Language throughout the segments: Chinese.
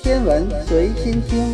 天文随心听，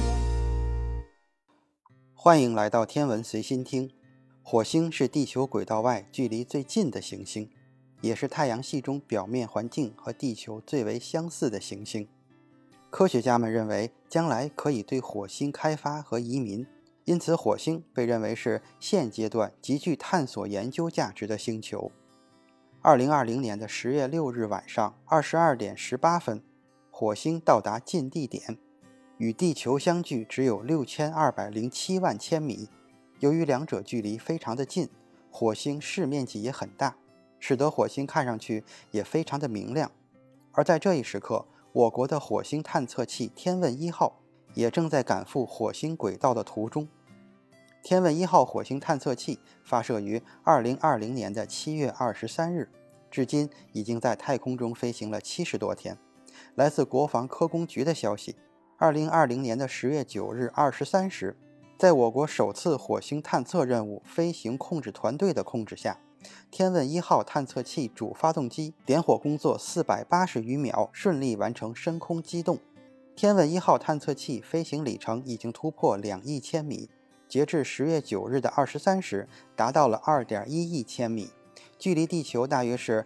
欢迎来到天文随心听。火星是地球轨道外距离最近的行星，也是太阳系中表面环境和地球最为相似的行星。科学家们认为将来可以对火星开发和移民，因此火星被认为是现阶段极具探索研究价值的星球。2020年的10月6日晚上22点18分，火星到达近地点，与地球相距只有6207万千米。由于两者距离非常的近，火星视面积也很大，使得火星看上去也非常的明亮。而在这一时刻，我国的火星探测器天问1号也正在赶赴火星轨道的途中。天问1号火星探测器发射于2020年的7月23日，至今已经在太空中飞行了70多天。来自国防科工局的消息，2020年的10月9日23时，在我国首次火星探测任务飞行控制团队的控制下，天问1号探测器主发动机点火工作480余秒，顺利完成升空机动。天问1号探测器飞行里程已经突破2亿千米，截至10月9日的23时，达到了2.1亿千米，距离地球大约是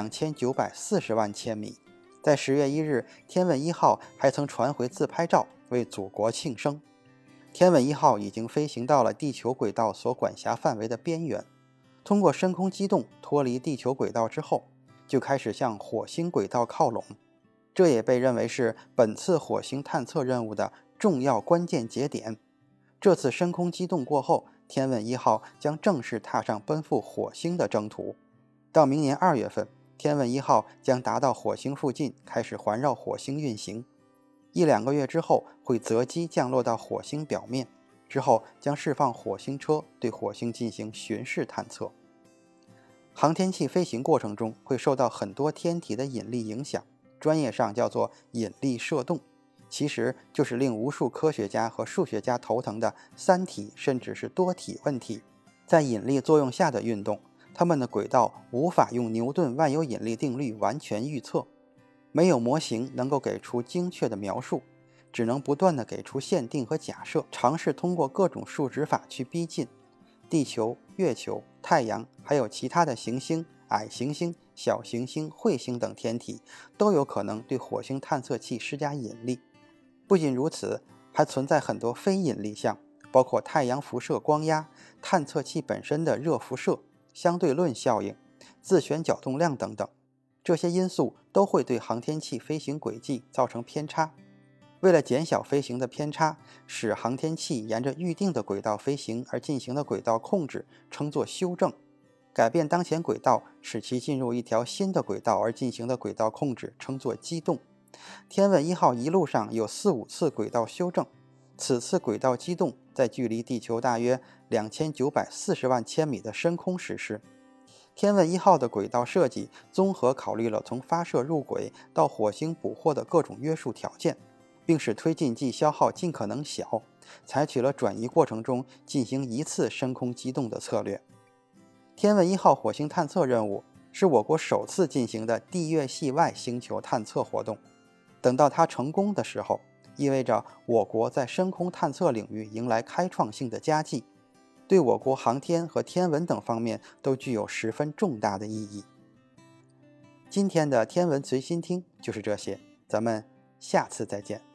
2940万千米。在10月1日，天问1号还曾传回自拍照，为祖国庆生。天问1号已经飞行到了地球轨道所管辖范围的边缘，通过升空机动脱离地球轨道之后，就开始向火星轨道靠拢。这也被认为是本次火星探测任务的重要关键节点。这次升空机动过后，天问1号将正式踏上奔赴火星的征途。到明年2月份，天问1号将达到火星附近，开始环绕火星运行。1-2个月之后，会择机降落到火星表面，之后将释放火星车对火星进行巡视探测。航天器飞行过程中会受到很多天体的引力影响，专业上叫做引力射动，其实就是令无数科学家和数学家头疼的三体甚至是多体问题。在引力作用下的运动，它们的轨道无法用牛顿万有引力定律完全预测，没有模型能够给出精确的描述，只能不断地给出限定和假设，尝试通过各种数值法去逼近。地球、月球、太阳，还有其他的行星、矮行星、小行星、彗星等天体，都有可能对火星探测器施加引力。不仅如此，还存在很多非引力项，包括太阳辐射光压、探测器本身的热辐射、相对论效应、自旋角动量等等。这些因素都会对航天器飞行轨迹造成偏差。为了减小飞行的偏差，使航天器沿着预定的轨道飞行而进行的轨道控制称作修正，改变当前轨道使其进入一条新的轨道而进行的轨道控制称作机动。天问1号一路上有4-5次轨道修正，此次轨道机动在距离地球大约2940万千米的深空实施。天问1号的轨道设计综合考虑了从发射入轨到火星捕获的各种约束条件，并使推进剂消耗尽可能小，采取了转移过程中进行一次升空机动的策略。天问1号火星探测任务是我国首次进行的地月系外星球探测活动。等到它成功的时候，意味着我国在深空探测领域迎来开创性的佳绩，对我国航天和天文等方面都具有十分重大的意义。今天的天文随心听就是这些，咱们下次再见。